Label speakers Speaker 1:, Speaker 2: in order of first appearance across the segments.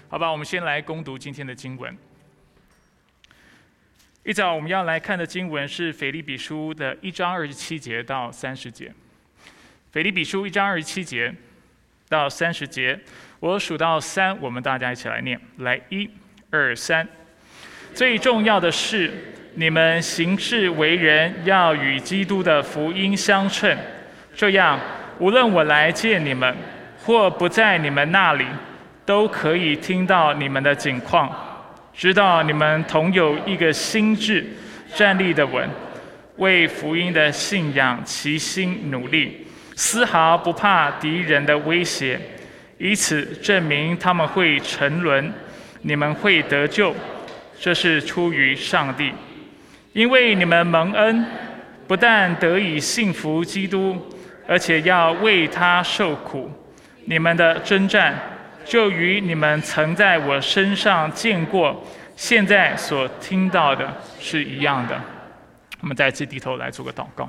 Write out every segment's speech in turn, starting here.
Speaker 1: 好吧，我们先来攻读今天的经文。一早我们要来看的经文是腓立比书的1章27节到30节。腓立比书1章27节到30节，我数到3，我们大家一起来念。来，1、2、3。最重要的是，你们行事为人要与基督的福音相称，这样无论我来见你们，或不在你们那里，都可以听到你们的景况，知道你们同有一个心志，站立的稳，为福音的信仰齐心努力，丝毫不怕敌人的威胁，以此证明他们会沉沦，你们会得救，这是出于上帝。因为你们蒙恩，不但得以信服基督，而且要为他受苦，你们的征战就与你们曾在我身上见过，现在所听到的是一样的。我们再次低头来做个祷告。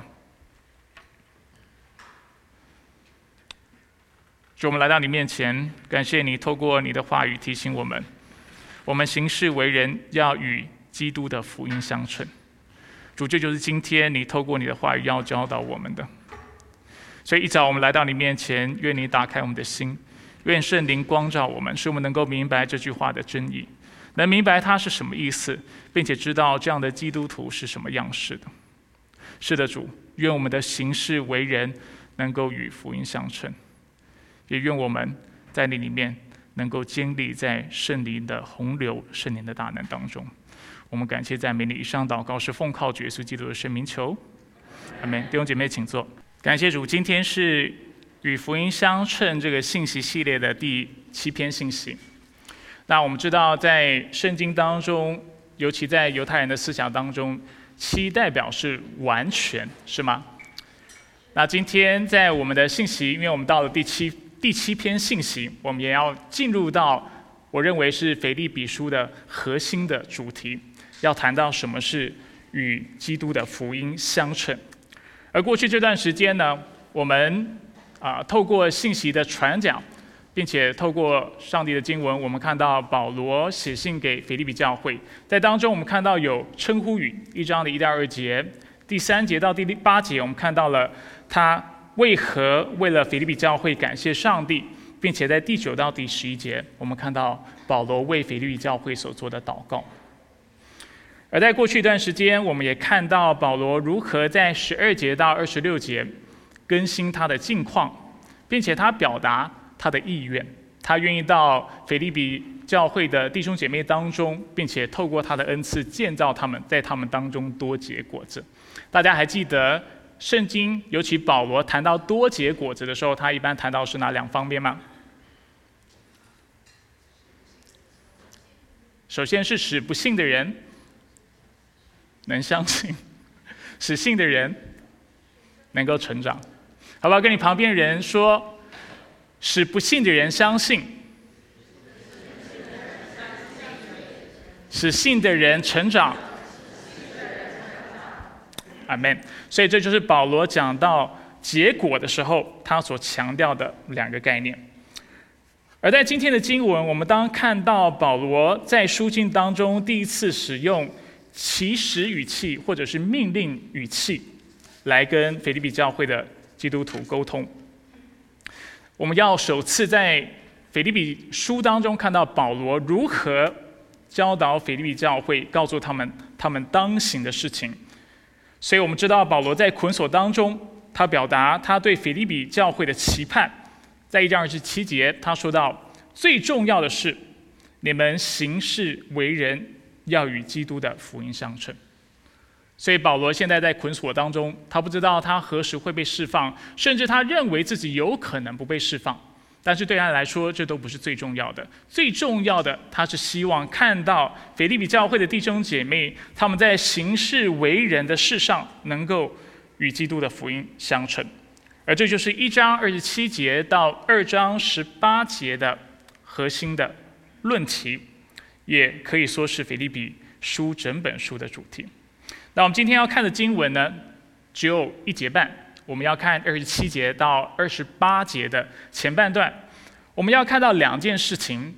Speaker 1: 主，我们来到你面前，感谢你透过你的话语提醒我们，我们行事为人要与基督的福音相称。主，这就是今天你透过你的话语要教导我们的。所以一早我们来到你面前，愿你打开我们的心，愿圣灵光照我们，使我们能够明白这句话的真意，能明白它是什么意思，并且知道这样的基督徒是什么样式的。是的，主，愿我们的行事为人能够与福音相称，也愿我们在你里面能够坚立在圣灵的洪流、圣灵的大能当中。我们感谢赞美你。以上祷告是奉靠主耶稣基督的圣名求，阿们。弟兄姐妹请坐。感谢主，今天是与福音相称这个信息系列的第7篇信息。那我们知道，在圣经当中，尤其在犹太人的思想当中，7代表是完全，是吗？那今天在我们的信息，因为我们到了第七篇信息，我们也要进入到我认为是腓立比书的核心的主题，要谈到什么是与基督的福音相称。而过去这段时间呢，我们透过信息的传讲，并且透过上帝的经文，我们看到保罗写信给腓立比教会，在当中我们看到有称呼语，1章的1到2节，第3节到第8节，我们看到了他为何为了腓立比教会感谢上帝，并且在第9到第11节，我们看到保罗为腓立比教会所做的祷告。而在过去一段时间，我们也看到保罗如何在12节到26节更新他的境况，并且他表达他的意愿，他愿意到腓立比教会的弟兄姐妹当中，并且透过他的恩赐建造他们，在他们当中多结果子。大家还记得圣经，尤其保罗谈到多结果子的时候，他一般谈到是哪2方面吗？首先是使不信的人能相信，使信的人能够成长。好不好？跟你旁边人说，使不信的人相信，使信的人成长。阿们。所以这就是保罗讲到结果的时候，他所强调的2个概念。而在今天的经文，我们当看到保罗在书信当中第一次使用祈使语气或者是命令语气来跟腓立比教会的基督徒沟通。我们要首次在腓立比书当中看到保罗如何教导腓立比教会，告诉他们当行的事情。所以我们知道保罗在捆锁当中，他表达他对腓立比教会的期盼。在1章27节，他说到最重要的是，你们行事为人要与基督的福音相称。所以保罗现在在捆锁当中，他不知道他何时会被释放，甚至他认为自己有可能不被释放。但是对他来说，这都不是最重要的。最重要的，他是希望看到腓立比教会的弟兄姐妹，他们在行事为人的事上，能够与基督的福音相称。而这就是1章27节到2章18节的核心的论题，也可以说是腓立比书整本书的主题。那我们今天要看的经文呢，只有1节半，我们要看27节到28节的前半段。我们要看到2件事情，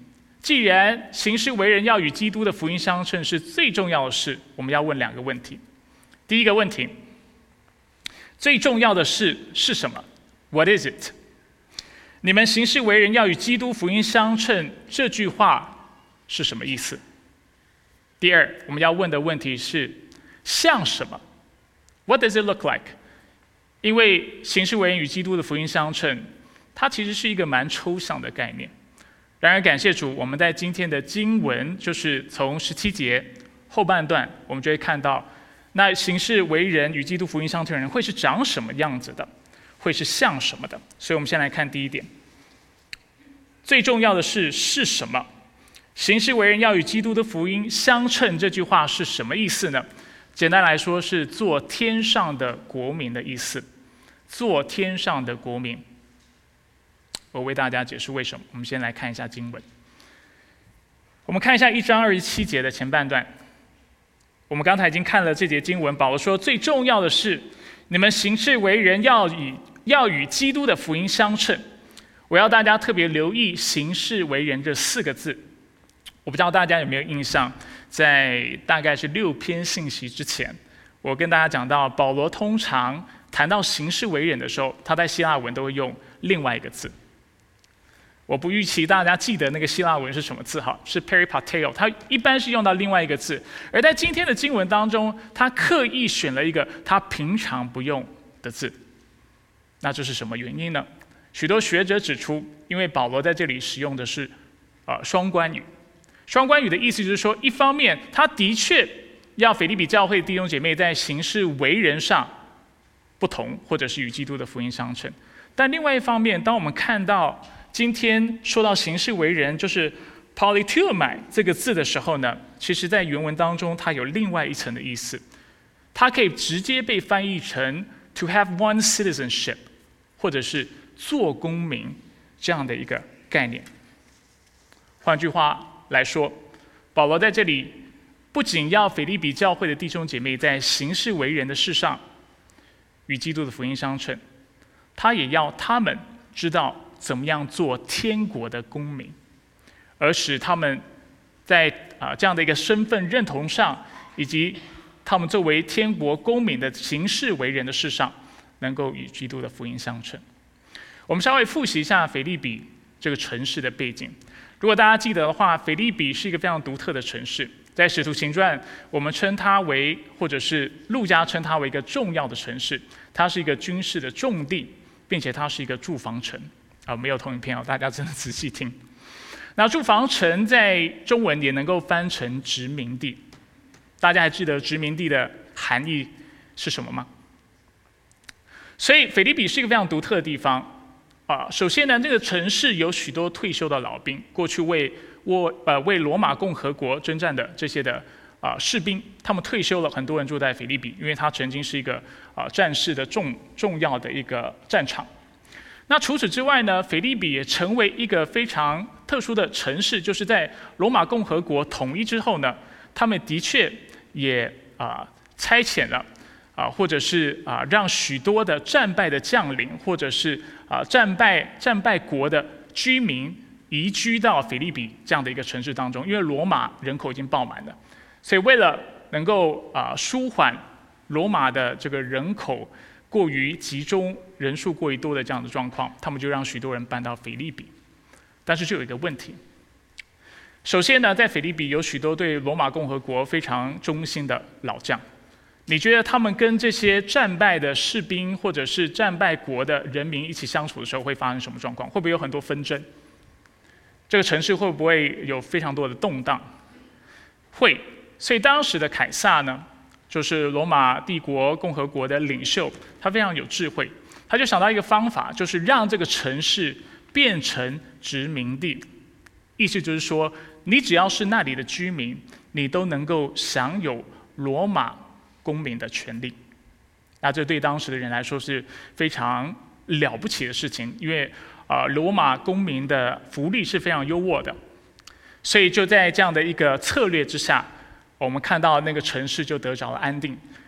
Speaker 1: 既然行事为人要与基督的福音相称是最重要的事，我们要问2个问题。第一个问题，最重要的事是什么 ？What is it？ 你们行事为人要与基督福音相称，这句话是什么意思？第二，我们要问的问题是像什么 ？What does it look like？ 因为行事为人与基督的福音相称，它其实是一个蛮抽象的概念。然而，感谢主，我们在今天的经文，就是从17节后半段，我们就会看到，那行事为人与基督福音相称的人会是长什么样子的，会是像什么的。所以我们先来看第一点，最重要的是什么？行事为人要与基督的福音相称，这句话是什么意思呢？简单来说，是做天上的国民的意思。做天上的国民。我为大家解释为什么。我们先来看一下经文。我们看一下1章27节的前半段。我们刚才已经看了这节经文，保罗说最重要的是，你们行事为人要与基督的福音相称。我要大家特别留意行事为人这4个字。我不知道大家有没有印象，在大概是6篇信息之前，我跟大家讲到，保罗通常谈到行事为人的时候，他在希腊文都会用另外一个字。我不预期大家记得那个希腊文是什么字哈，是 peripateo， 他一般是用到另外一个字。而在今天的经文当中，他刻意选了一个他平常不用的字。那这是什么原因呢？许多学者指出，因为保罗在这里使用的是双关语。双关语的意思就是说，一方面他的确要腓立比教会弟兄姐妹在行事为人上不同，或者是与基督的福音相称。但另外一方面，当我们看到今天说到行事为人，就是 politeumai 这个字的时候呢，其实在原文当中它有另外一层的意思，它可以直接被翻译成 to have one citizenship， 或者是做公民这样的一个概念。换句话来说，保罗在这里不仅要腓立比教会的弟兄姐妹在行事为人的事上与基督的福音相称，他也要他们知道怎么样做天国的公民，而使他们在这样的一个身份认同上，以及他们作为天国公民的行事为人的事上，能够与基督的福音相称。我们稍微复习一下腓立比这个城市的背景。如果大家记得的话，腓立比是一个非常独特的城市，在使徒行传，我们称它为，或者是路加称它为一个重要的城市。它是一个军事的重地，并且它是一个住房城。没有投影片哦，大家真的仔细听。那住房城在中文也能够翻成殖民地。大家还记得殖民地的含义是什么吗？所以腓立比是一个非常独特的地方。首先呢，这个城市有许多退休的老兵，过去为罗马共和国征战的这些的士兵，他们退休了，很多人住在腓立比，因为它曾经是一个战事的重要的一个战场。那除此之外呢，腓立比也成为一个非常特殊的城市，就是在罗马共和国统一之后呢，他们的确也差遣了或者是让许多的战败的将领，或者是战败国的居民移居到腓立比这样的一个城市当中，因为罗马人口已经爆满了，所以为了能够舒缓罗马的这个人口过于集中、人数过于多的这样的状况，他们就让许多人搬到腓立比。但是就有一个问题，首先呢，在腓立比有许多对罗马共和国非常忠心的老将。你觉得他们跟这些战败的士兵或者是战败国的人民一起相处的时候会发生什么状况？会不会有很多纷争？这个城市会不会有非常多的动荡？会。所以当时的凯撒呢，就是罗马帝国共和国的领袖，他非常有智慧，他就想到一个方法，就是让这个城市变成殖民地。意思就是说，你只要是那里的居民，你都能够享有罗马公民的权利。那这对当时的人来说是非常了不起的事情，因为罗马公民的福利是非常优渥的。所以就在这样的一个策略之下，我们看到那个城市就得着了安定。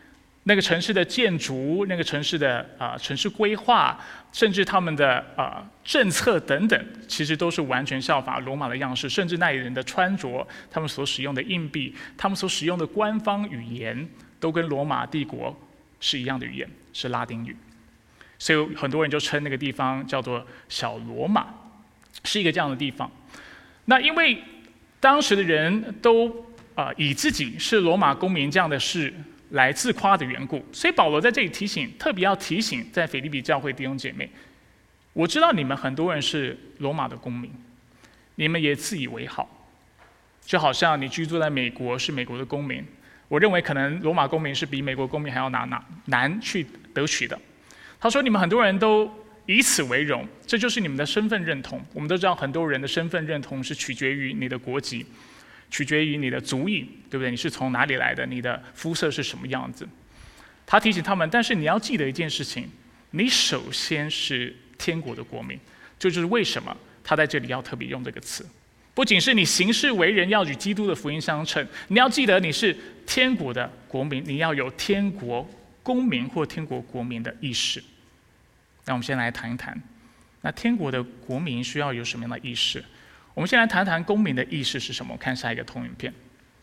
Speaker 1: 那个城市的建筑，那个城市的城市规划，甚至他们的政策等等，其实都是完全效法罗马的样式。甚至那里人的穿着，他们所使用的硬币，他们所使用的官方语言，都跟罗马帝国是一样的语言，是拉丁语。所以很多人就称那个地方叫做小罗马，是一个这样的地方。那因为当时的人都以自己是罗马公民这样的事来自夸的缘故，所以保罗在这里特别要提醒在腓立比教会弟兄姐妹，我知道你们很多人是罗马的公民，你们也自以为好，就好像你居住在美国是美国的公民，我认为可能罗马公民是比美国公民还要难去得取的。他说你们很多人都以此为荣，这就是你们的身份认同。我们都知道很多人的身份认同是取决于你的国籍，取决于你的族裔，对不对？你是从哪里来的？你的肤色是什么样子？他提醒他们，但是你要记得一件事情，你首先是天国的国民。这就是为什么他在这里要特别用这个词。不仅是你行事为人要与基督的福音相称，你要记得你是天国的国民，你要有天国公民或天国国民的意识。那我们先来谈一谈，那天国的国民需要有什么样的意识？我们先来谈谈公民的意识是什么。看下一个投影片。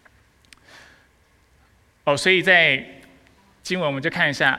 Speaker 1: 所以在经文我们就看一下，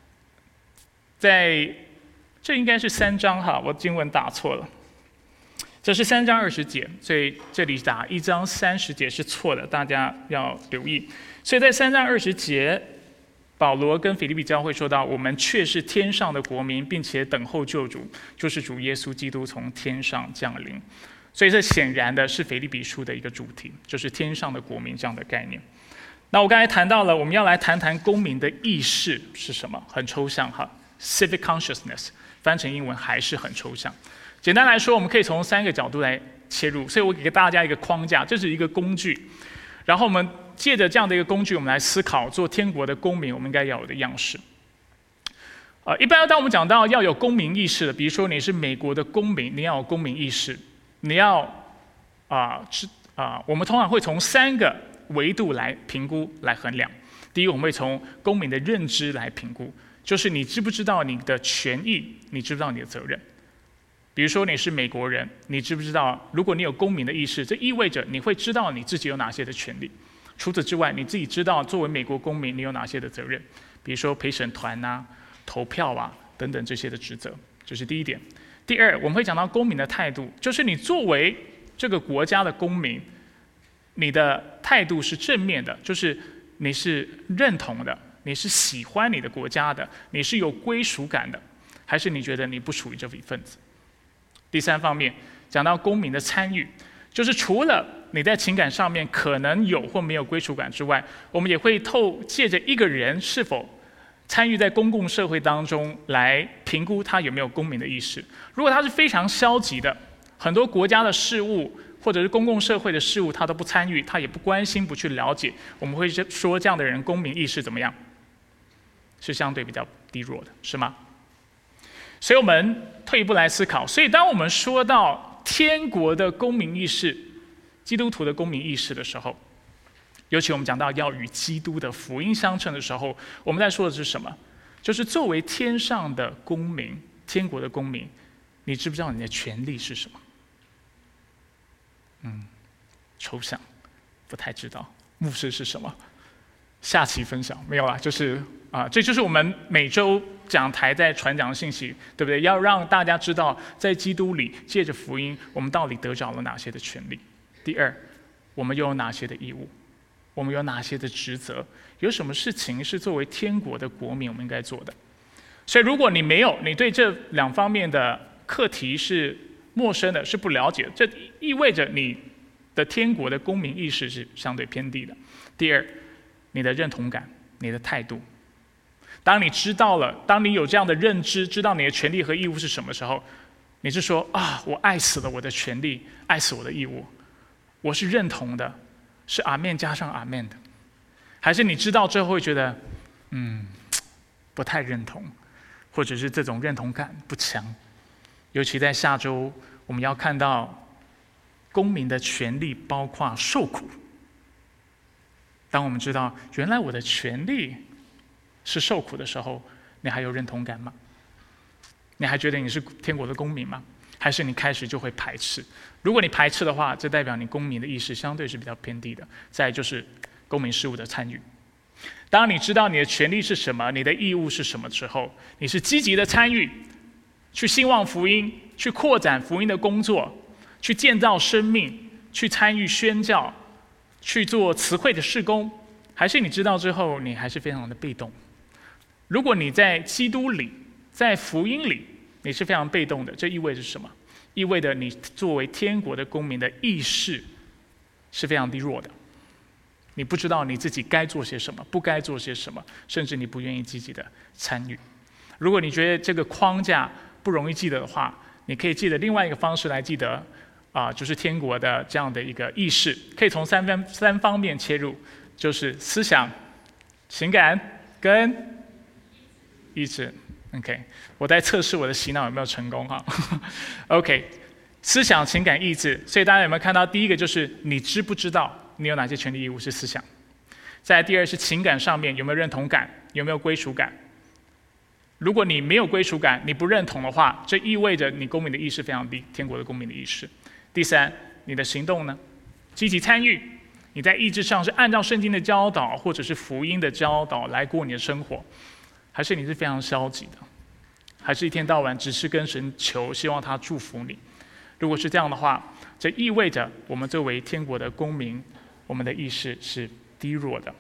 Speaker 1: 这应该是3章哈，我经文打错了，这是3章20节，所以这里打1章30节是错的，大家要留意。所以在3章20节，保罗跟腓立比教会说到，我们却是天上的国民，并且等候救主，就是主耶稣基督从天上降临。所以这显然的是腓立比书的一个主题，就是天上的国民这样的概念。那我刚才谈到了，我们要来谈谈公民的意识是什么，很抽象哈 ，civic consciousness， 翻成英文还是很抽象。简单来说，我们可以从3个角度来切入，所以我给大家一个框架，这是一个工具，然后我们借着这样的一个工具，我们来思考做天国的公民我们应该要有的样式。一般当我们讲到要有公民意识的，比如说你是美国的公民，你要有公民意识，你要我们通常会从3个维度来评估来衡量。第一，我们会从公民的认知来评估，就是你知不知道你的权益，你知不知道你的责任。比如说你是美国人，你知不知道，如果你有公民的意识，这意味着你会知道你自己有哪些的权利。除此之外，你自己知道作为美国公民你有哪些的责任，比如说陪审团啊、投票啊等等这些的职责，这是第一点。第二，我们会讲到公民的态度，就是你作为这个国家的公民，你的态度是正面的，就是你是认同的，你是喜欢你的国家的，你是有归属感的，还是你觉得你不属于这一份子？第三方面讲到公民的参与，就是除了你在情感上面可能有或没有归属感之外，我们也会借着一个人是否参与在公共社会当中来评估他有没有公民的意识。如果他是非常消极的，很多国家的事务或者是公共社会的事务他都不参与，他也不关心不去了解，我们会说这样的人公民意识怎么样？是相对比较低弱的，是吗？所以我们退一步来思考，所以当我们说到天国的公民意识、基督徒的公民意识的时候，尤其我们讲到要与基督的福音相称的时候，我们在说的是什么？就是作为天上的公民、天国的公民，你知不知道你的权利是什么？抽象，不太知道。牧师是什么？下期分享没有啦，就是这就是我们每周讲台在传讲的信息，对不对？要让大家知道，在基督里借着福音，我们到底得着了哪些的权利。第二，我们又有哪些的义务？我们有哪些的职责？有什么事情是作为天国的国民我们应该做的？所以，如果你对这2方面的课题是陌生的，是不了解的，这意味着你的天国的公民意识是相对偏低的。第二，你的认同感、你的态度。当你知道了，当你有这样的认知，知道你的权利和义务是什么时候，你是说我爱死了我的权利，爱死我的义务，我是认同的，是阿们加上阿们的，还是你知道之后会觉得不太认同，或者是这种认同感不强？尤其在下周我们要看到公民的权利包括受苦。当我们知道原来我的权利是受苦的时候，你还有认同感吗？你还觉得你是天国的公民吗？还是你开始就会排斥？如果你排斥的话，这代表你公民的意识相对是比较偏低的。再来就是公民事务的参与。当你知道你的权利是什么，你的义务是什么之后，你是积极的参与，去兴旺福音，去扩展福音的工作，去建造生命，去参与宣教，去做词汇的事工，还是你知道之后，你还是非常的被动？如果你在基督里，在福音里，你是非常被动的，这意味着什么？意味着你作为天国的公民的意识是非常低弱的。你不知道你自己该做些什么，不该做些什么，甚至你不愿意积极的参与。如果你觉得这个框架不容易记得的话，你可以记得另外一个方式来记得，就是天国的这样的一个意识，可以从三方面切入，就是思想、情感跟意志。OK， 我在测试我的洗脑有没有成功哈？OK， 思想、情感、意志。所以大家有没有看到，第一个就是你知不知道你有哪些权利义务是思想？再来第二是情感上面有没有认同感，有没有归属感？如果你没有归属感，你不认同的话，这意味着你公民的意识非常低，天国的公民的意识。第三，你的行动呢？积极参与，你在意志上是按照圣经的教导或者是福音的教导来过你的生活，还是你是非常消极的？还是一天到晚只是跟神求，希望他祝福你？如果是这样的话，这意味着我们作为天国的公民，我们的意识是低弱的。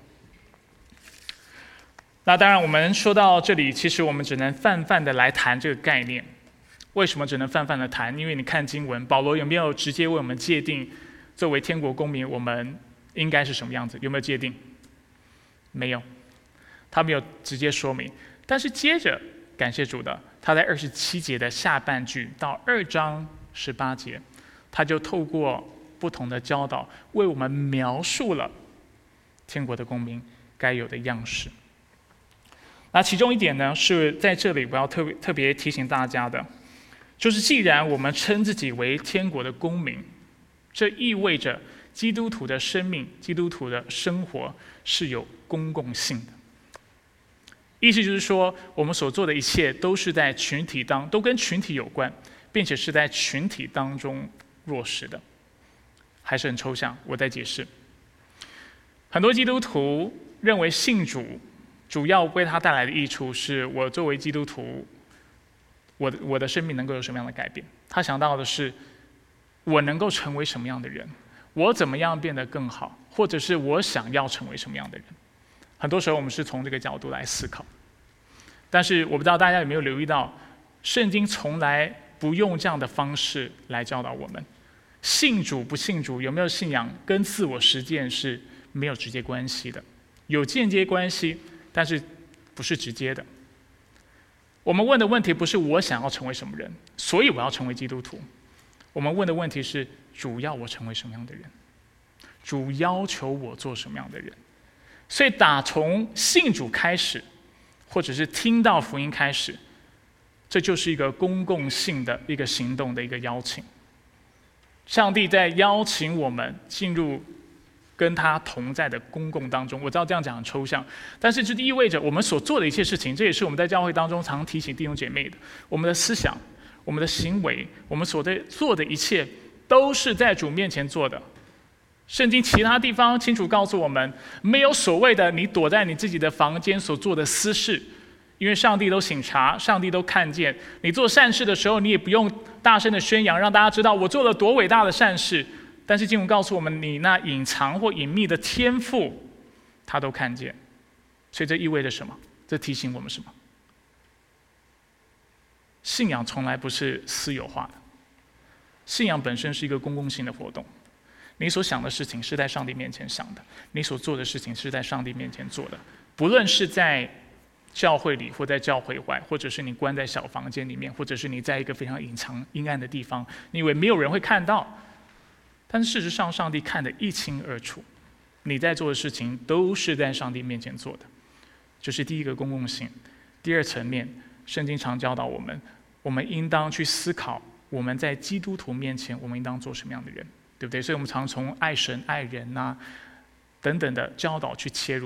Speaker 1: 那当然，我们说到这里，其实我们只能泛泛的来谈这个概念。为什么只能泛泛的谈？因为你看经文，保罗有没有直接为我们界定，作为天国公民，我们应该是什么样子？有没有界定？没有，他没有直接说明。但是接着，感谢主的，他在27节的下半句到2章18节，他就透过不同的教导，为我们描述了天国的公民该有的样式。那其中一点呢，是在这里我要特别提醒大家的，就是既然我们称自己为天国的公民，这意味着基督徒的生命、基督徒的生活是有公共性的。意思就是说，我们所做的一切都是在群体都跟群体有关，并且是在群体当中落实的。还是很抽象，我再解释。很多基督徒认为信主主要为他带来的益处是我作为基督徒，我的生命能够有什么样的改变？他想到的是我能够成为什么样的人，我怎么样变得更好，或者是我想要成为什么样的人。很多时候我们是从这个角度来思考，但是我不知道大家有没有留意到，圣经从来不用这样的方式来教导我们。信主不信主，有没有信仰，跟自我实践是没有直接关系的，有间接关系，但是不是直接的。我们问的问题不是我想要成为什么人，所以我要成为基督徒。我们问的问题是，主要我成为什么样的人？主要求我做什么样的人？所以打从信主开始，或者是听到福音开始，这就是一个公共性的一个行动的一个邀请。上帝在邀请我们进入跟他同在的公共当中。我知道这样讲很抽象，但是这意味着我们所做的一切事情，这也是我们在教会当中常提醒弟兄姐妹的。我们的思想、我们的行为、我们所做的一切，都是在主面前做的。圣经其他地方清楚告诉我们，没有所谓的你躲在你自己的房间所做的私事，因为上帝都省察，上帝都看见。你做善事的时候，你也不用大声的宣扬，让大家知道我做了多伟大的善事。但是经文告诉我们，你那隐藏或隐秘的天赋，他都看见。所以这意味着什么？这提醒我们什么？信仰从来不是私有化的，信仰本身是一个公共性的活动。你所想的事情是在上帝面前想的，你所做的事情是在上帝面前做的。不论是在教会里，或在教会外，或者是你关在小房间里面，或者是你在一个非常隐藏阴暗的地方，你以为没有人会看到，但是事实上上帝看得一清二楚。你在做的事情都是在上帝面前做的，这是第一个公共性。第二层面，圣经常教导我们，我们应当去思考我们在基督徒面前我们应当做什么样的人，对不对？所以我们常从爱神爱人等等的教导去切入。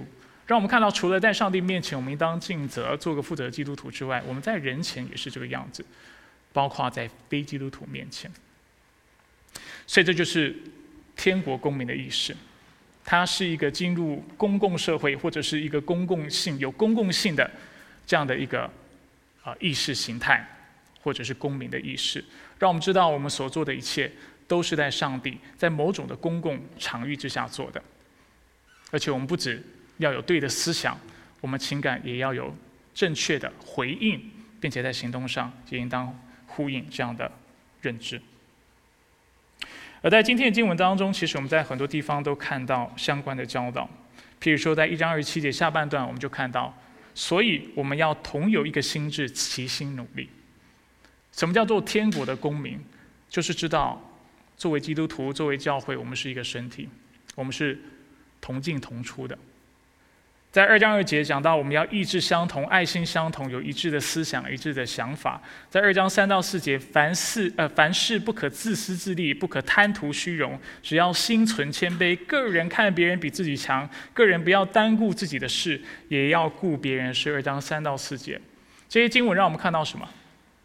Speaker 1: 让我们看到，除了在上帝面前我们应当尽责，做个负责的基督徒之外，我们在人前也是这个样子，包括在非基督徒面前。所以这就是天国公民的意识，它是一个进入公共社会或者是一个有公共性的这样的一个意识形态，或者是公民的意识，让我们知道我们所做的一切都是在上帝在某种的公共场域之下做的，而且我们不只要有对的思想，我们情感也要有正确的回应，并且在行动上也应当呼应这样的认知。而在今天的经文当中，其实我们在很多地方都看到相关的教导，譬如说在1章27节下半段，我们就看到，所以我们要同有一个心志，齐心努力。什么叫做天国的公民？就是知道作为基督徒，作为教会，我们是一个身体，我们是同进同出的。在2章2节讲到，我们要意志相同，爱心相同，有一致的思想，一致的想法。在2章3到4节，凡事不可自私自利，不可贪图虚荣，只要心存谦卑，个人看别人比自己强，个人不要单顾自己的事，也要顾别人事。2章3到4节，这些经文让我们看到什么？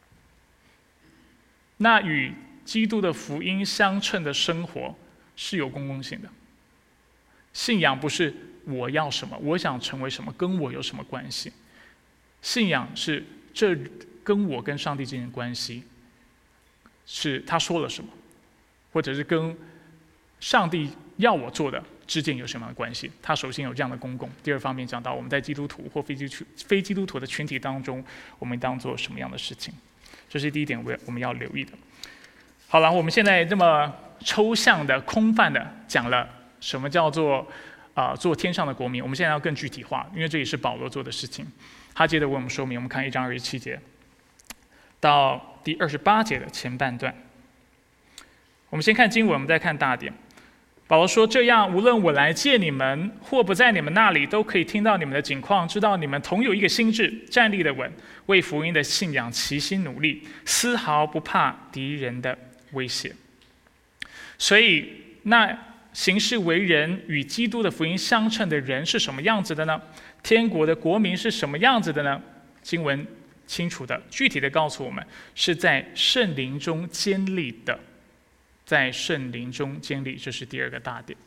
Speaker 1: 那与基督的福音相称的生活是有公共性的。信仰不是我要什么，我想成为什么，跟我有什么关系？信仰是这跟我跟上帝之间的关系，是他说了什么，或者是跟上帝要我做的之间有什么样的关系？他首先有这样的公共。第二方面讲到我们在基督徒或非基督徒的群体当中，我们当做什么样的事情？这是第一点我们要留意的。好了，我们现在这么抽象的、空泛的讲了什么叫做做天上的国民，我们现在要更具体化，因为这也是保罗做的事情。他接着为我们说明，我们看1章27节到第28节的前半段。我们先看经文，我们再看大点。保罗说：“这样，无论我来见你们，或不在你们那里，都可以听到你们的景况，知道你们同有一个心志，站立的稳，为福音的信仰齐心努力，丝毫不怕敌人的威胁。”所以，那行事为人与基督的福音相称的人是什么样子的呢？天国的国民是什么样子的呢？经文清楚的、具体的告诉我们，是在圣灵中坚立的。在圣灵中坚立，这是第二个大点。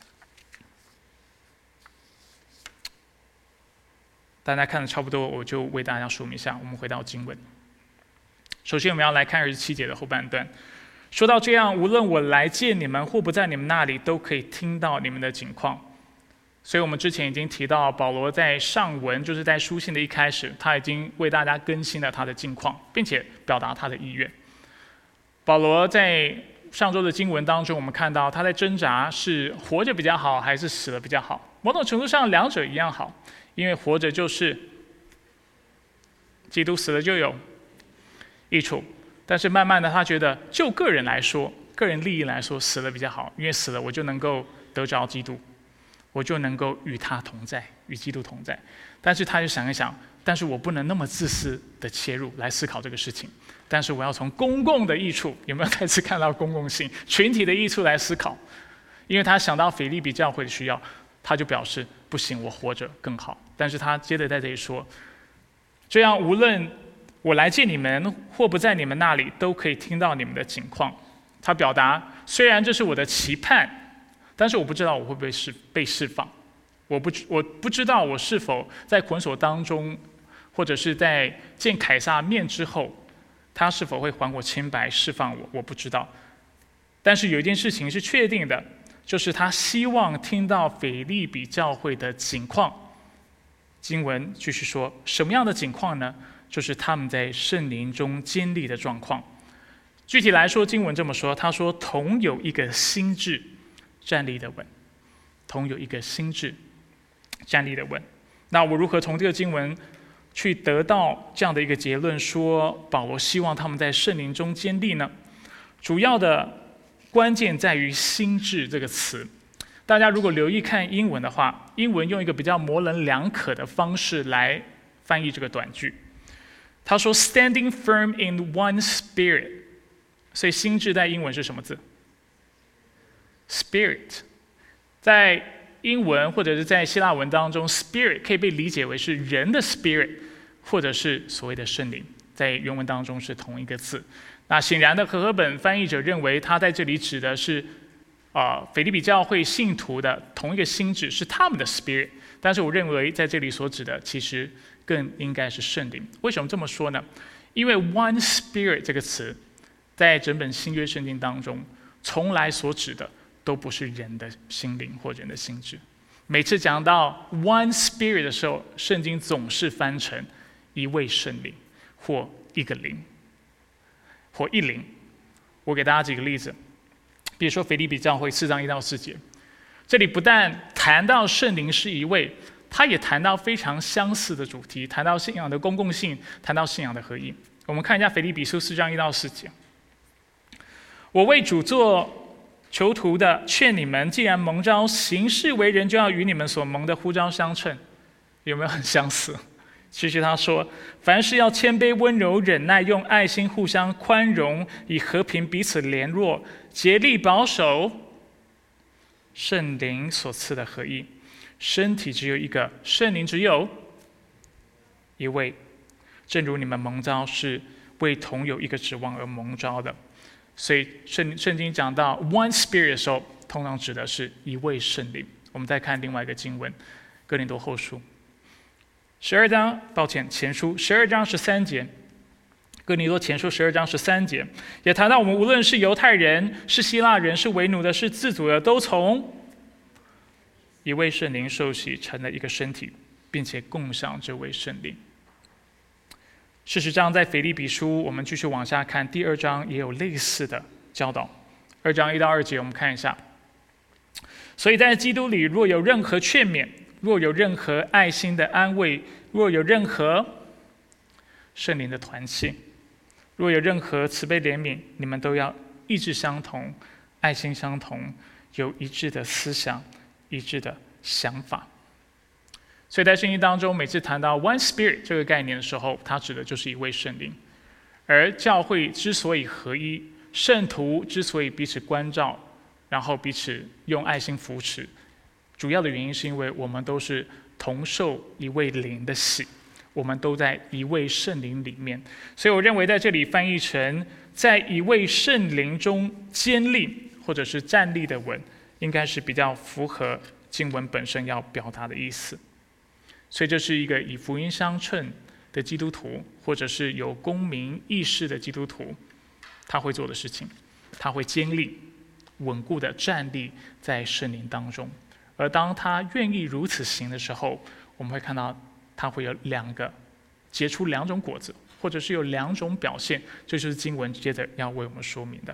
Speaker 1: 大家看的差不多，我就为大家说明一下。我们回到经文，首先我们要来看27节的后半段，说到这样，无论我来见你们或不在你们那里，都可以听到你们的景况。所以我们之前已经提到，保罗在上文，就是在书信的一开始，他已经为大家更新了他的境况，并且表达他的意愿。保罗在上周的经文当中，我们看到他在挣扎是活着比较好，还是死了比较好。某种程度上，两者一样好，因为活着就是基督，死了就有益处。但是慢慢的，他觉得就个人来说，个人利益来说，死了比较好，因为死了我就能够得着基督，我就能够与他同在，与基督同在。但是他就想一想，但是我不能那么自私的切入来思考这个事情。但是我要从公共的益处，有没有再次看到公共性、群体的益处来思考？因为他想到腓立比教会的需要，他就表示不行，我活着更好。但是他接着在这里说，这样无论我来见你们或不在你们那里，都可以听到你们的情况。他表达，虽然这是我的期盼，但是我不知道我会不会被释放，我不知道我是否在捆锁当中，或者是在见凯撒面之后，他是否会还我清白，释放我，我不知道。但是有一件事情是确定的，就是他希望听到腓立比教会的景况。经文继续说，什么样的景况呢？就是他们在圣灵中坚立的状况。具体来说，经文这么说，他说同有一个心志，站立的稳。同有一个心志，站立的稳。那我如何从这个经文去得到这样的一个结论，说保罗希望他们在圣灵中坚立呢？主要的关键在于心志这个词。大家如果留意看英文的话，英文用一个比较模棱两可的方式来翻译这个短句。他说 standing firm in one spirit， 所以心志在英文是什么字？ Spirit。 在英文或者是在希腊文当中 ，spirit 可以被理解为是人的 spirit， 或者是所谓的圣灵，在原文当中是同一个字。那显然的，和合本翻译者认为他在这里指的是腓立比教会信徒的同一个心智，是他们的 spirit。但是我认为在这里所指的其实更应该是圣灵。为什么这么说呢？因为 one spirit 这个词在整本新约圣经当中从来所指的都不是人的心灵或人的心智。每次讲到 one spirit 的时候，圣经总是翻成一位圣灵或一个灵或一灵。我给大家举个例子，比如说腓立比教会4章1到4节，这里不但谈到圣灵是一位，他也谈到非常相似的主题，谈到信仰的公共性，谈到信仰的合一。我们看一下腓立比书4章1到4节，我为主做囚徒的，劝你们，既然蒙召行事为人，就要与你们所蒙的呼召相称。有没有很相似？其实他说，凡事要谦卑温柔忍耐，用爱心互相宽容，以和平彼此联络，竭力保守圣灵所赐的合一。身体只有一个，圣灵只有一位，正如你们蒙召是为同有一个指望而蒙召的。所以圣经讲到 one spirit 的时候，通常指的是一位圣灵。我们再看另外一个经文，哥林多后书12章，前书12章13节，哥林多前书12章13节也谈到，我们无论是犹太人，是希腊人，是为奴的，是自主的，都从一位圣灵受洗，成了一个身体，并且共享这位圣灵。事实上，在腓立比书，我们继续往下看，第2章也有类似的教导。2章1到2节，我们看一下。所以在基督里，若有任何劝勉，若有任何爱心的安慰，若有任何圣灵的团契，若有任何慈悲怜悯，你们都要意志相同，爱心相同，有一致的思想，一致的想法。所以在圣经当中，每次谈到 one spirit 这个概念的时候，它指的就是一位圣灵。而教会之所以合一，圣徒之所以彼此关照，然后彼此用爱心扶持，主要的原因是因为我们都是同受一位灵的洗，我们都在一位圣灵里面。所以我认为在这里翻译成在一位圣灵中坚立或者是站立的文，应该是比较符合经文本身要表达的意思。所以这是一个以福音相称的基督徒，或者是有公民意识的基督徒，他会做的事情，他会坚立稳固的站立在圣灵当中。而当他愿意如此行的时候，我们会看到他会有结出两种果子，或者是有2种表现，这就是经文接着要为我们说明的。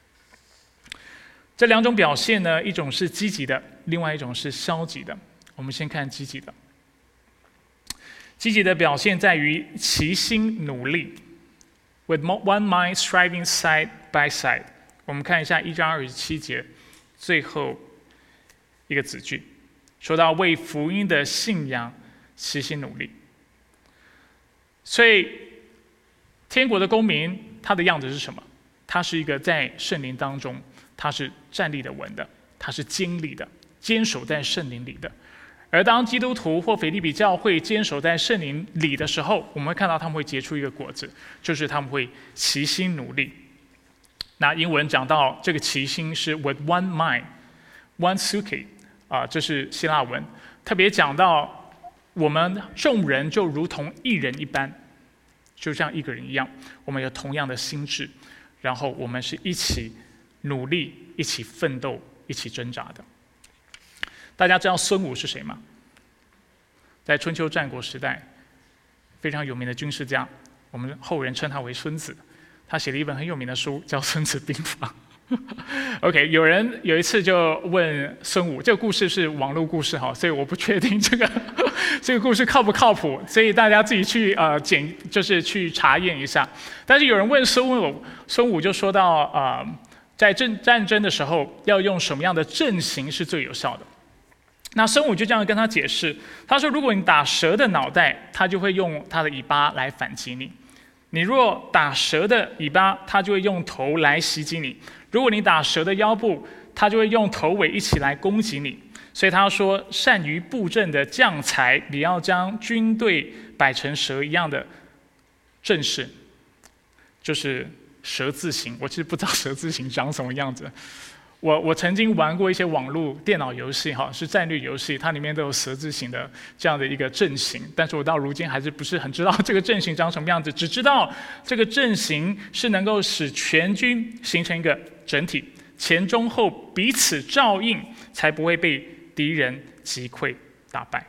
Speaker 1: 这2种表现呢，一种是积极的，另外一种是消极的。我们先看积极的。积极的表现在于齐心努力 ，with one mind striving side by side。我们看一下1章27节最后一个子句，说到为福音的信仰齐心努力。所以，天国的公民他的样子是什么？他是一个在圣灵当中，他是站立的稳的，他是坚立的，坚守在圣灵里的。而当基督徒或腓立比教会坚守在圣灵里的时候，我们会看到他们会结出一个果子，就是他们会齐心努力。那英文讲到这个齐心是 with one mind，one suke，这是希腊文，特别讲到我们众人就如同一人一般，就像一个人一样，我们有同样的心智，然后我们是一起努力、一起奋斗、一起挣扎的。大家知道孙武是谁吗？在春秋战国时代，非常有名的军事家，我们后人称他为孙子。他写了一本很有名的书，叫《孙子兵法》。OK， 有人有一次就问孙武，这个故事是网络故事哈，所以我不确定这个故事靠不靠谱，所以大家自己去就是去查验一下。但是有人问孙武就说到在战争的时候要用什么样的阵型是最有效的？那孙武就这样跟他解释，他说：如果你打蛇的脑袋，他就会用他的尾巴来反击你；你若打蛇的尾巴，他就会用头来袭击你；如果你打蛇的腰部，他就会用头尾一起来攻击你。 所以他说，善于布阵的将才，你要将军队摆成蛇一样的阵势，就是蛇字形。我其实不知道蛇字形长什么样子。我曾经玩过一些网络电脑游戏，是战略游戏，它里面都有蛇字形的这样的一个阵型，但是我到如今还是不是很知道这个阵型长什么样子，只知道这个阵型是能够使全军形成一个整体，前中后彼此照应，才不会被敌人击溃打败。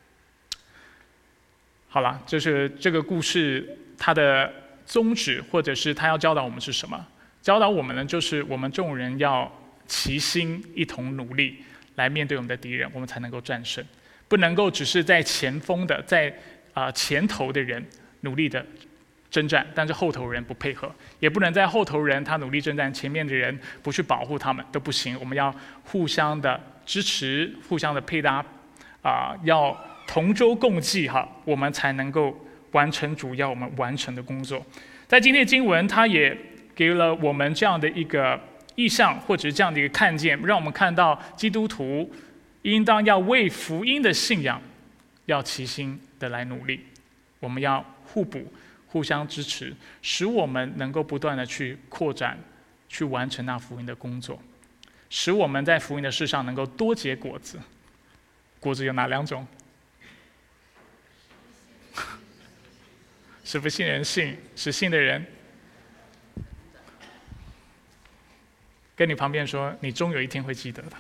Speaker 1: 好了，就是这个故事它的宗旨，或者是它要教导我们是什么？教导我们呢，就是我们众人要齐心一同努力来面对我们的敌人，我们才能够战胜。不能够只是在前锋的，在前头的人努力的征战，但是后头人不配合；也不能在后头人他努力征战，前面的人不去保护他们，都不行。我们要互相的支持，互相的配搭，要同舟共济我们才能够完成主要我们完成的工作。在今天的经文，它也给了我们这样的一个意象，或者是这样的一个看见，让我们看到基督徒应当要为福音的信仰要齐心的来努力，我们要互补、互相支持，使我们能够不断的去扩展、去完成那福音的工作，使我们在福音的事上能够多结果子。果子有哪2种？使不信人信，使信的人跟你旁边说，你终有一天会记得的。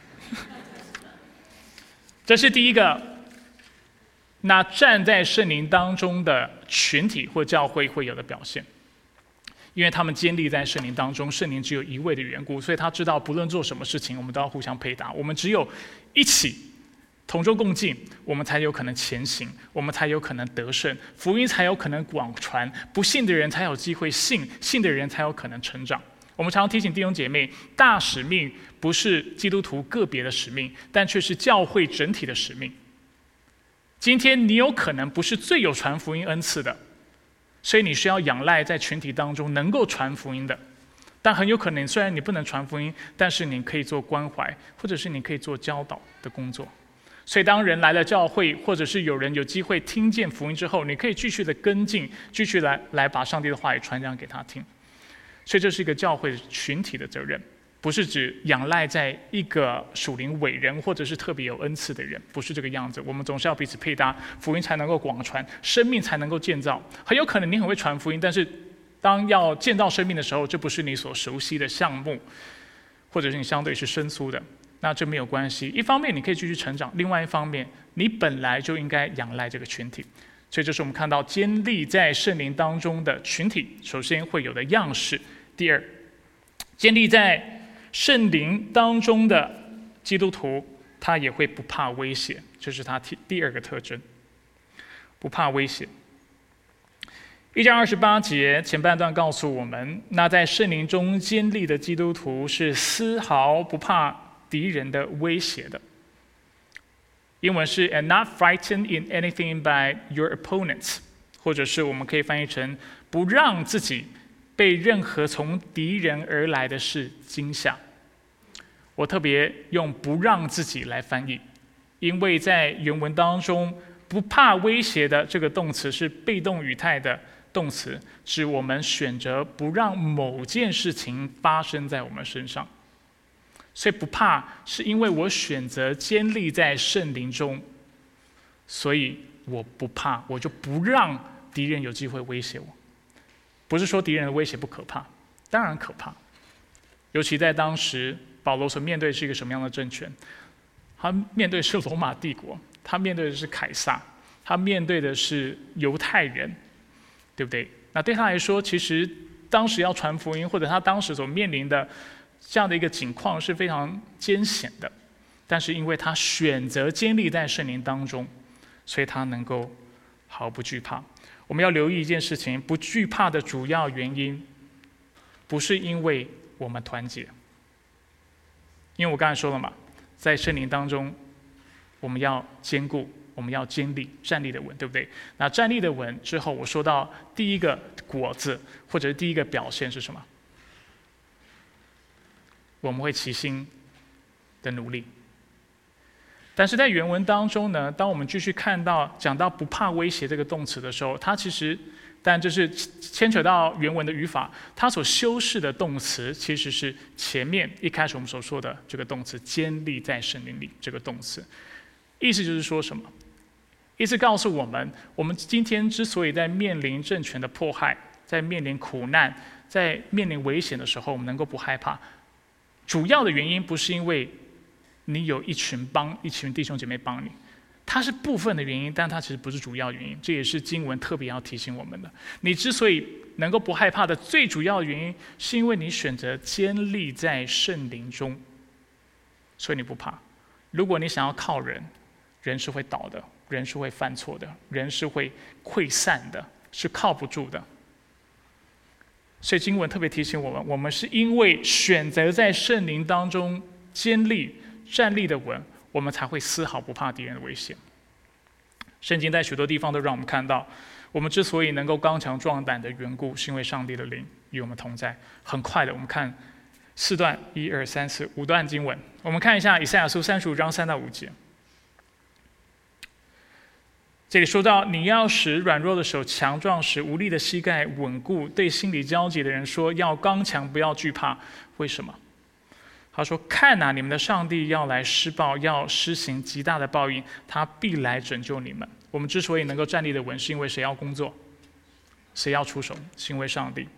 Speaker 1: 这是第一个，那站在圣灵当中的群体或教会会有的表现。因为他们坚立在圣灵当中，圣灵只有一位的缘故，所以他知道不论做什么事情，我们都要互相配搭。我们只有一起同舟共济，我们才有可能前行，我们才有可能得胜，福音才有可能广传，不信的人才有机会信，信的人才有可能成长。我们常常提醒弟兄姐妹，大使命不是基督徒个别的使命，但却是教会整体的使命。今天你有可能不是最有传福音恩赐的，所以你需要仰赖在群体当中能够传福音的。但很有可能，虽然你不能传福音，但是你可以做关怀，或者是你可以做教导的工作。所以当人来了教会，或者是有人有机会听见福音之后，你可以继续的跟进，继续来把上帝的话语传讲给他听。所以这是一个教会群体的责任，不是指仰赖在一个属灵伟人或者是特别有恩赐的人，不是这个样子。我们总是要彼此配搭，福音才能够广传，生命才能够建造。很有可能你很会传福音，但是当要建造生命的时候，这不是你所熟悉的项目，或者是你相对是生疏的，那这没有关系。一方面你可以继续成长，另外一方面你本来就应该仰赖这个群体。所以这是我们看到坚立在圣灵当中的群体首先会有的样式。第二，坚立在圣灵当中的基督徒，他也会不怕威胁，这是他第二个特征，不怕威胁。1章28节前半段告诉我们，那在圣灵中坚立的基督徒是丝毫不怕敌人的威胁的。英文是 "and not frightened in anything by your opponents"， 或者是我们可以翻译成不让自己被任何从敌人而来的事惊吓。我特别用不让自己来翻译，因为在原文当中，不怕威胁的这个动词是被动语态的动词，指我们选择不让某件事情发生在我们身上。所以不怕是因为我选择坚立在圣灵中，所以我不怕，我就不让敌人有机会威胁我。不是说敌人的威胁不可怕，当然可怕。尤其在当时，保罗所面对是一个什么样的政权？他面对是罗马帝国，他面对的是凯撒，他面对的是犹太人，对不对？那对他来说，其实当时要传福音，或者他当时所面临的这样的一个境况是非常艰险的。但是因为他选择坚立在圣灵当中，所以他能够毫不惧怕。我们要留意一件事情，不惧怕的主要原因，不是因为我们团结。因为我刚才说了嘛，在圣灵当中，我们要坚固，我们要坚立，站立的稳，对不对？那站立的稳之后，我说到第一个果子，或者是第一个表现是什么？我们会齐心的努力。 但是在原文当中呢，当我们继续讲到不怕威胁这个动词的时候，它其实，但这是牵扯到原文的语法，它所修饰的动词其实是前面一开始我们所说的这个动词坚立在圣灵里这个动词，意思就是说什么？意思告诉我们，我们今天之所以在面临政权的迫害，在面临苦难，在面临危险的时候，我们能够不害怕，主要的原因不是因为你有一群弟兄姐妹帮你，它是部分的原因，但它其实不是主要原因。这也是经文特别要提醒我们的。你之所以能够不害怕的最主要的原因，是因为你选择坚立在圣灵中，所以你不怕。如果你想要靠人，人是会倒的，人是会犯错的，人是会溃散的，是靠不住的。所以经文特别提醒我们，我们是因为选择在圣灵当中坚立、站立的稳，我们才会丝毫不怕敌人的危险。圣经在许多地方都让我们看到，我们之所以能够刚强壮胆的缘故，是因为上帝的灵与我们同在。很快的，我们看4段1、2、3、4、5段经文。我们看一下以赛亚书35章3到5节。这里说到，你要使软弱的手强壮，使无力的膝盖稳固。对心里焦急的人说，要刚强，不要惧怕。为什么？他说：看啊，你们的上帝要来施报，要施行极大的报应，他必来拯救你们。我们之所以能够站立的稳，是因为谁要工作？谁要出手？是因为上帝。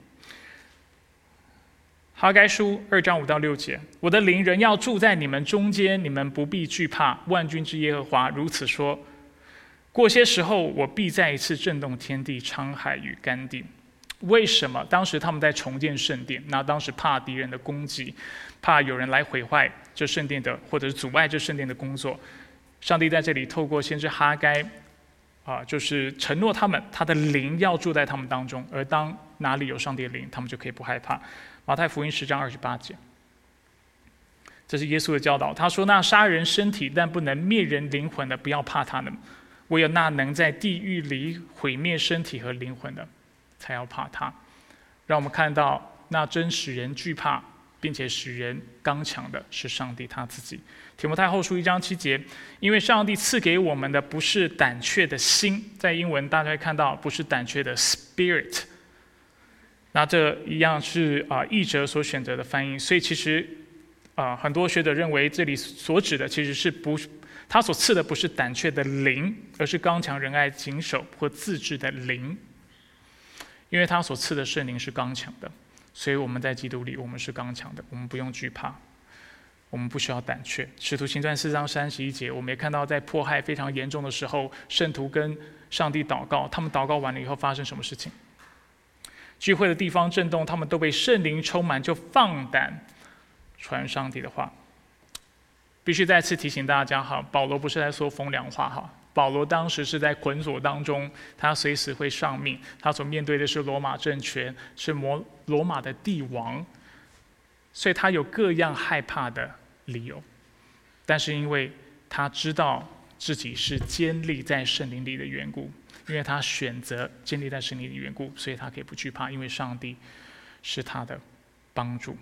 Speaker 1: 哈该书2章5到6节，我的灵人要住在你们中间，你们不必惧怕。万军之耶和华如此说。过些时候，我必再一次震动天地、沧海与干地。为什么？当时他们在重建圣殿，那当时怕敌人的攻击，怕有人来毁坏这圣殿的，或者是阻碍这圣殿的工作。上帝在这里透过先知哈该，就是承诺他的灵要住在他们当中，而当哪里有上帝的灵，他们就可以不害怕。马太福音10章28节，这是耶稣的教导。他说：那杀人身体但不能灭人灵魂的，不要怕他们。唯有那能在地狱里毁灭身体和灵魂的，才要怕他。让我们看到，那真使人惧怕，并且使人刚强的是上帝他自己。提摩太后书1章7节，因为上帝赐给我们的不是胆怯的心，在英文大家会看到不是胆怯的 spirit。那这一样是译者所选择的翻译，所以其实很多学者认为这里所指的其实是他所赐的不是胆怯的灵，而是刚强仁爱谨守或自制的灵。因为他所赐的圣灵是刚强的，所以我们在基督里我们是刚强的，我们不用惧怕，我们不需要胆怯。使徒行传4章31节，我们也看到在迫害非常严重的时候，圣徒跟上帝祷告，他们祷告完了以后发生什么事情？聚会的地方震动，他们都被圣灵充满，就放胆传上帝的话。必须再次提醒大家哈，保罗不是在说风凉话哈。保罗当时是在捆锁当中，他随时会上命，他所面对的是罗马政权，是罗马的帝王，所以他有各样害怕的理由。但是因为他知道自己是坚立在圣灵里的缘故，因为他选择坚立在圣灵里的缘故，所以他可以不惧怕，因为上帝是他的帮助。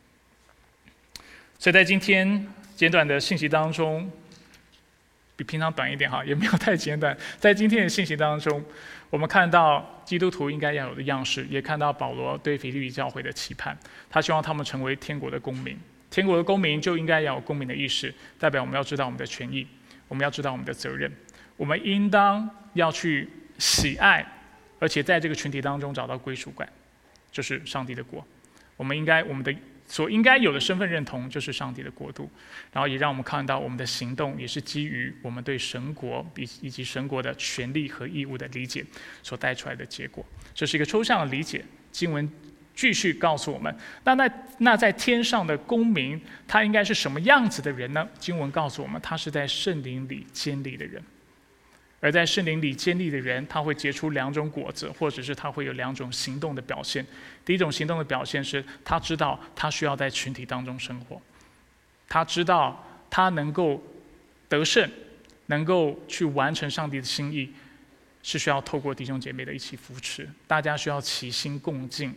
Speaker 1: 所以在今天简短的信息当中，比平常短一点哈，也没有太简短。在今天的信息当中，我们看到基督徒应该要有的样式，也看到保罗对腓立比教会的期盼。他希望他们成为天国的公民，天国的公民就应该要有公民的意识，代表我们要知道我们的权益，我们要知道我们的责任，我们应当要去喜爱，而且在这个群体当中找到归属感，就是上帝的国。我们的所应该有的身份认同就是上帝的国度，然后也让我们看到我们的行动也是基于我们对神国以及神国的权利和义务的理解所带出来的结果。这是一个抽象的理解。经文继续告诉我们，那在天上的公民，他应该是什么样子的人呢？经文告诉我们，他是在圣灵里坚立的人。而在圣灵里坚立的人，他会结出2种果子，或者是他会有2种行动的表现。第一种行动的表现是，他知道他需要在群体当中生活，他知道他能够得胜，能够去完成上帝的心意，是需要透过弟兄姐妹的一起扶持，大家需要齐心共进，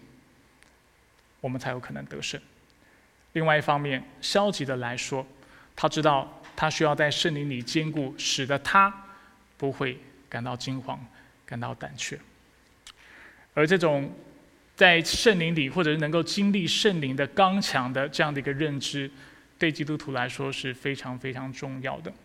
Speaker 1: 我们才有可能得胜。另外一方面，消极的来说，他知道他需要在圣灵里坚固，使得他不会感到惊惶、感到胆怯。而这种在圣灵里，或者是能够经历圣灵的刚强的这样的一个认知，对基督徒来说是非常非常重要的。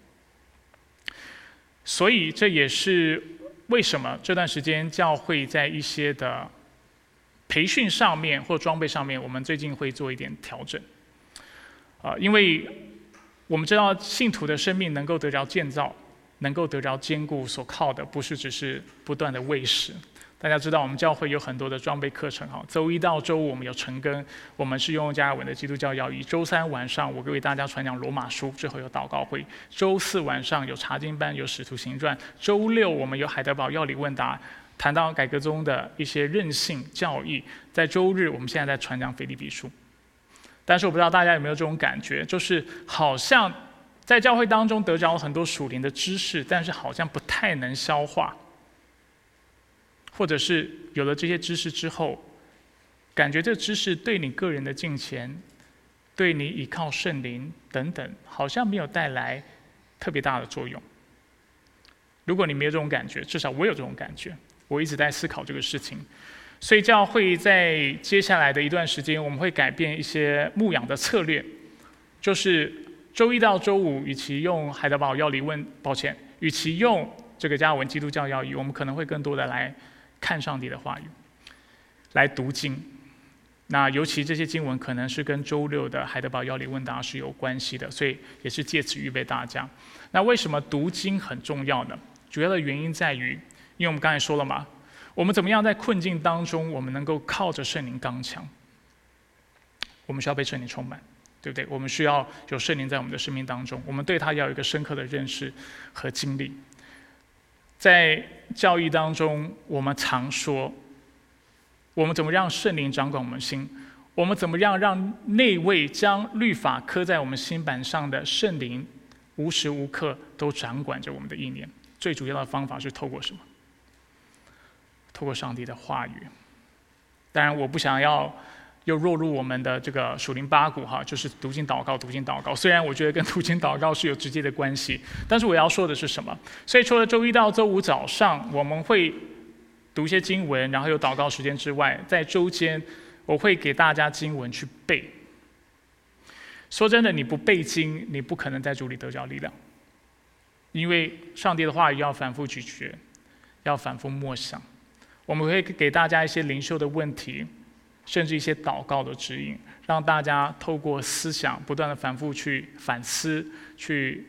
Speaker 1: 所以这也是为什么这段时间教会在一些的培训上面或装备上面，我们最近会做一点调整。因为我们知道信徒的生命能够得着建造，能够得着坚固，所靠的不是只是不断的喂食。大家知道我们教会有很多的装备课程，周一到周五我们有晨更，我们是用加尔文的基督教要义。周三晚上我为大家传讲罗马书，之后有祷告会。周四晚上有查经班，有使徒行传。周六我们有海德堡要理问答，谈到改革中的一些韧性教义。在周日我们现在在传讲腓立比书。但是我不知道大家有没有这种感觉，就是好像在教会当中得着了很多属灵的知识，但是好像不太能消化。或者是有了这些知识之后，感觉这知识对你个人的敬虔，对你依靠圣灵等等，好像没有带来特别大的作用。如果你没有这种感觉，至少我有这种感觉，我一直在思考这个事情。所以教会在接下来的一段时间，我们会改变一些牧养的策略，就是周一到周五，与其用海德堡要理问，与其用这个加尔文基督教要义，我们可能会更多的来看上帝的话语，来读经。那尤其这些经文可能是跟周六的海德堡要理问答是有关系的，所以也是借此预备大家。那为什么读经很重要呢？主要的原因在于，因为我们刚才说了嘛，我们怎么样在困境当中，我们能够靠着圣灵刚强？我们需要被圣灵充满，对不对？我们需要有圣灵在我们的生命当中，我们对他要有一个深刻的认识和经历。在教义当中，我们常说，我们怎么让圣灵掌管我们心？我们怎么样让那位将律法刻在我们心板上的圣灵，无时无刻都掌管着我们的意念？最主要的方法是透过什么？透过上帝的话语。当然，我不想要又落入我们的这个属灵八股就是读经祷告，读经祷告。虽然我觉得跟读经祷告是有直接的关系，但是我要说的是什么？所以除了周一到周五早上我们会读一些经文，然后有祷告时间之外，在周间我会给大家经文去背。说真的，你不背经，你不可能在主里得着力量，因为上帝的话语要反复咀嚼，要反复默想。我们会给大家一些灵修的问题，甚至一些祷告的指引，让大家透过思想不断的反复去反思，去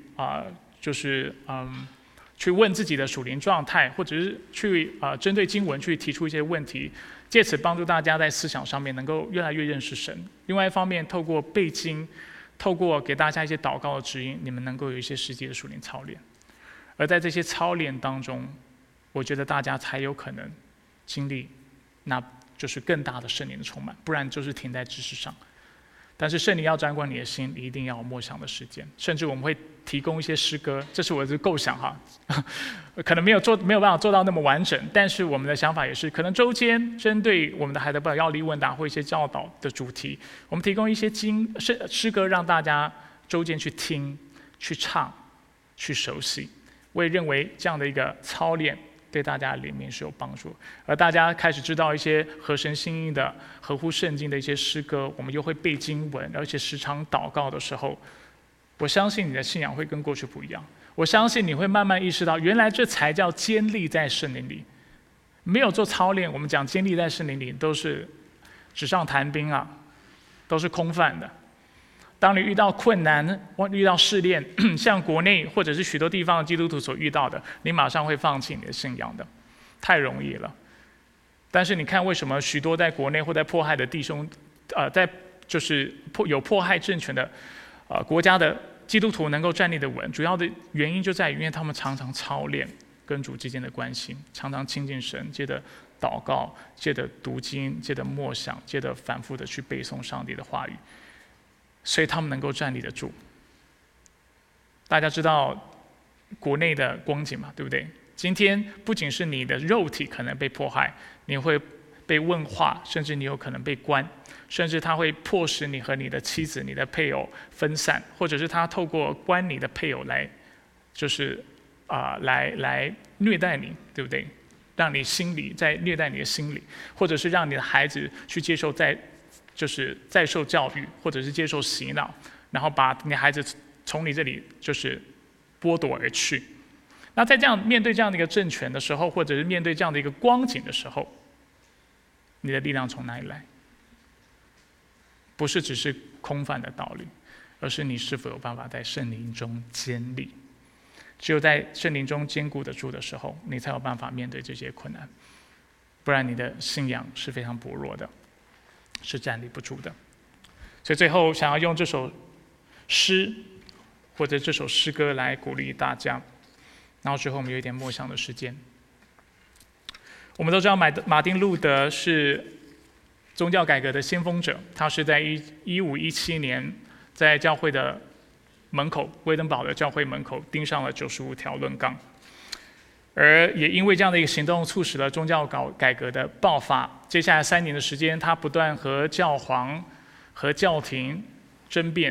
Speaker 1: 去问自己的属灵状态，或者是去针对经文去提出一些问题，借此帮助大家在思想上面能够越来越认识神。另外一方面，透过背经，透过给大家一些祷告的指引，你们能够有一些实际的属灵操练。而在这些操练当中，我觉得大家才有可能经历那就是更大的圣灵的充满，不然就是停在知识上。但是圣灵要掌管你的心，你一定要有默想的时间，甚至我们会提供一些诗歌，这是我的构想可能没有办法做到那么完整，但是我们的想法也是，可能周间针对我们的海德堡要理问答或一些教导的主题，我们提供一些诗歌，让大家周间去听、去唱、去熟悉。我也认为这样的一个操练对大家里面是有帮助，而大家开始知道一些合神心意的、合乎圣经的一些诗歌，我们又会背经文，而且时常祷告的时候，我相信你的信仰会跟过去不一样。我相信你会慢慢意识到，原来这才叫坚立在圣灵里。没有做操练，我们讲坚立在圣灵里都是纸上谈兵都是空泛的。当你遇到困难、遇到试炼，像国内或者是许多地方的基督徒所遇到的，你马上会放弃你的信仰的，太容易了。但是你看，为什么许多在国内或在迫害的弟兄，在就是有迫害政权的国家的基督徒能够站立得稳？主要的原因就在于，因为他们常常操练跟主之间的关系，常常亲近神，借着祷告，借着读经，借着默想，借着反复的去背诵上帝的话语。所以他们能够站立得住。大家知道国内的光景嘛，对不对？今天不仅是你的肉体可能被迫害，你会被问话，甚至你有可能被关，甚至他会迫使你和你的妻子、你的配偶分散，或者是他透过关你的配偶来，就是来虐待你，对不对？让你心里在虐待你的心理，或者是让你的孩子去接受再受教育，或者是接受洗脑，然后把你的孩子从你这里就是剥夺而去。那在面对这样的一个政权的时候，或者是面对这样的一个光景的时候，你的力量从哪里来？不是只是空泛的道理，而是你是否有办法在圣灵中坚立。只有在圣灵中坚固得住的时候，你才有办法面对这些困难，不然你的信仰是非常薄弱的，是站立不住的。所以最后想要用这首诗或者这首诗歌来鼓励大家，然后最后我们有一点默想的时间。我们都知道马丁路德是宗教改革的先锋者，他是在1517年在教会的门口，威登堡的教会门口钉上了95条论纲，而也因为这样的一个行动，促使了宗教改革的爆发。接下来3年的时间，他不断和教皇和教廷争辩。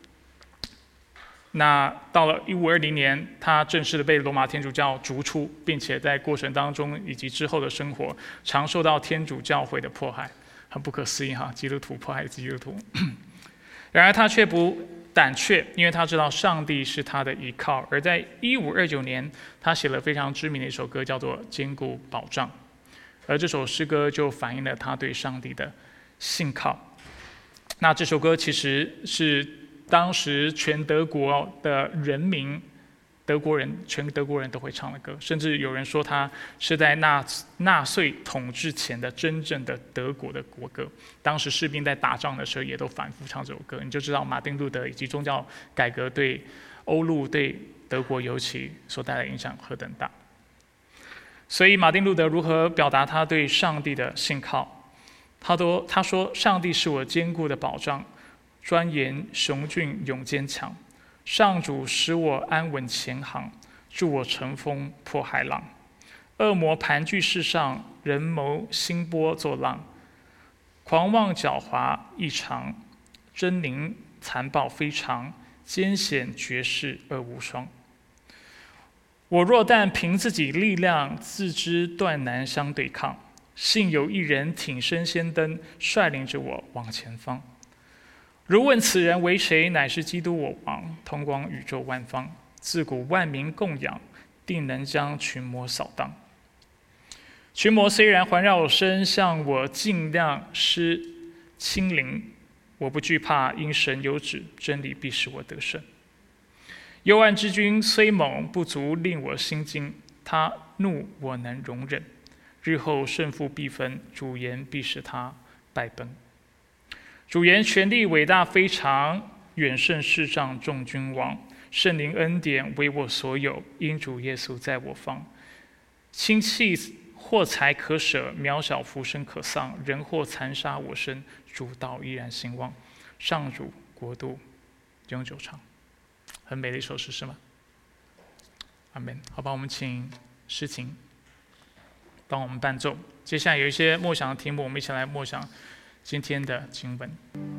Speaker 1: 那到了1520年，他正式的被罗马天主教逐出，并且在过程当中以及之后的生活，常受到天主教会的迫害，很不可思议哈！基督徒迫害基督徒。然而他却不胆怯，因为他知道上帝是他的依靠。而在1529年，他写了非常知名的一首歌，叫做《坚固保障》，而这首诗歌就反映了他对上帝的信靠。那这首歌其实是当时全德国的人民，全德国人都会唱的歌，甚至有人说它是在纳粹统治前的真正的德国的国歌。当时士兵在打仗的时候也都反复唱这首歌，你就知道马丁路德以及宗教改革对欧陆、对德国尤其所带来的影响何等大。所以马丁路德如何表达他对上帝的信靠？他说：“上帝是我坚固的保障，庄严雄峻永坚强。上主使我安稳前行，助我乘风破海浪。恶魔盘踞世上，人谋兴波作浪。狂妄狡猾异常，狰狞残暴非常，艰险绝世恶无双。我若但凭自己力量，自知断难相对抗。幸有一人挺身先登，率领着我往前方。如问此人为谁，乃是基督我王，通光宇宙万方，自古万民供养，定能将群魔扫荡。群魔虽然环绕我身，向我尽量施亲临，我不惧怕，因神有旨，真理必使我得胜。幽暗之君虽猛，不足令我心惊，他怒我能容忍。日后胜负必分，主言必使他败奔。主言权力伟大非常，远胜世上众君王。圣灵恩典为我所有，因主耶稣在我方。亲戚或财可舍，渺小浮生可丧。人或残杀我身，主道依然兴旺。上主国度永久长。很美的一首诗，是吗？阿们。好吧，我们请诗琴帮我们伴奏。接下来有一些默想的题目，我们一起来默想今天的经文。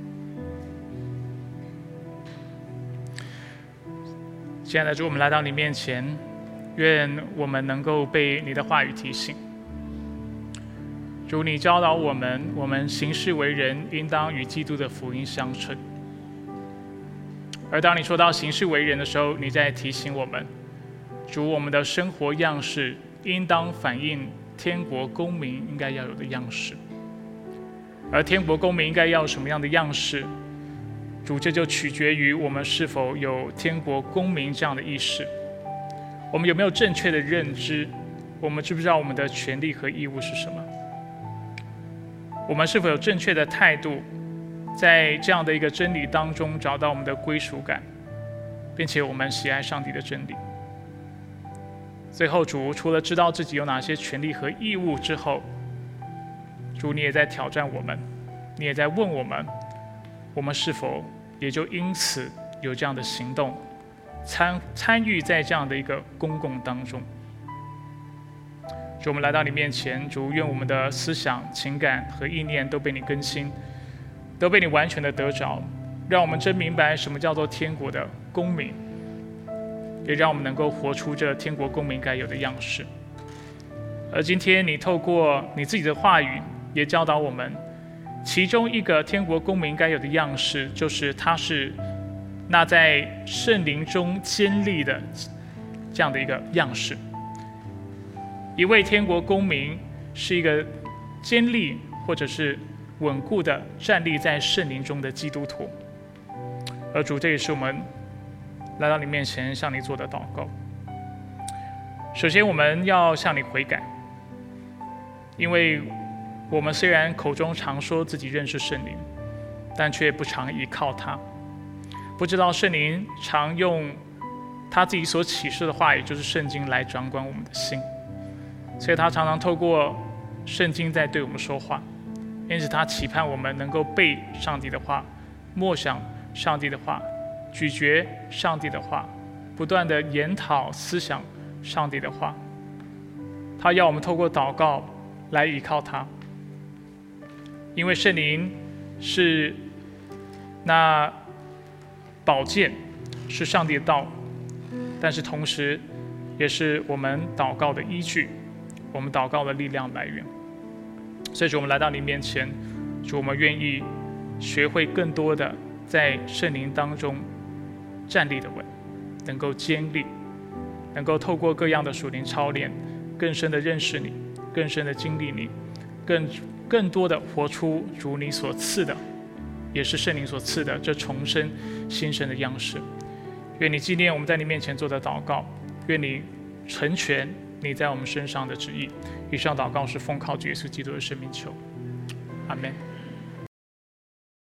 Speaker 1: 亲爱的主，我们来到你面前，愿我们能够被你的话语提醒。主，你教导我们行事为人应当与基督的福音相称。而当你说到行事为人的时候，你在提醒我们，主，我们的生活样式应当反映天国公民应该要有的样式。而天国公民应该要有什么样的样式？主，这就取决于我们是否有天国公民这样的意识，我们有没有正确的认知，我们知不知道我们的权利和义务是什么？我们是否有正确的态度，在这样的一个真理当中找到我们的归属感，并且我们喜爱上帝的真理。最后，主，除了知道自己有哪些权利和义务之后，主，你也在挑战我们，你也在问我们，我们是否也就因此有这样的行动，参与在这样的一个公共当中。 主，我们来到你面前，主，愿我们的思想、情感和意念都被你更新，都被你完全的得着，让我们真明白什么叫做天国的公民，也让我们能够活出这天国公民该有的样式。而今天你透过你自己的话语，也教导我们，其中一个天国公民该有的样式，就是他是那在圣灵中坚立的这样的一个样式。一位天国公民是一个坚立或者是稳固的站立在圣灵中的基督徒。而主，这也是我们来到你面前向你做的祷告。首先，我们要向你悔改，因为我们虽然口中常说自己认识圣灵，但却不常依靠他，不知道圣灵常用他自己所启示的话，也就是圣经来掌管我们的心，所以他常常透过圣经在对我们说话。因此他期盼我们能够背上帝的话，默想上帝的话，咀嚼上帝的话，不断的研讨思想上帝的话。他要我们透过祷告来依靠他，因为圣灵是那宝剑，是上帝的道，但是同时也是我们祷告的依据，我们祷告的力量来源。所以主，我们来到你面前，主，我们愿意学会更多的在圣灵当中站立的稳，能够坚立，能够透过各样的属灵操练，更深的认识你，更深的经历你，更多的活出主你所赐的，也是圣灵所赐的这重生新生的样式。愿你纪念我们在你面前做的祷告，愿你成全你在我们身上的旨意。以上祷告是奉靠主耶稣基督的圣名求，阿们。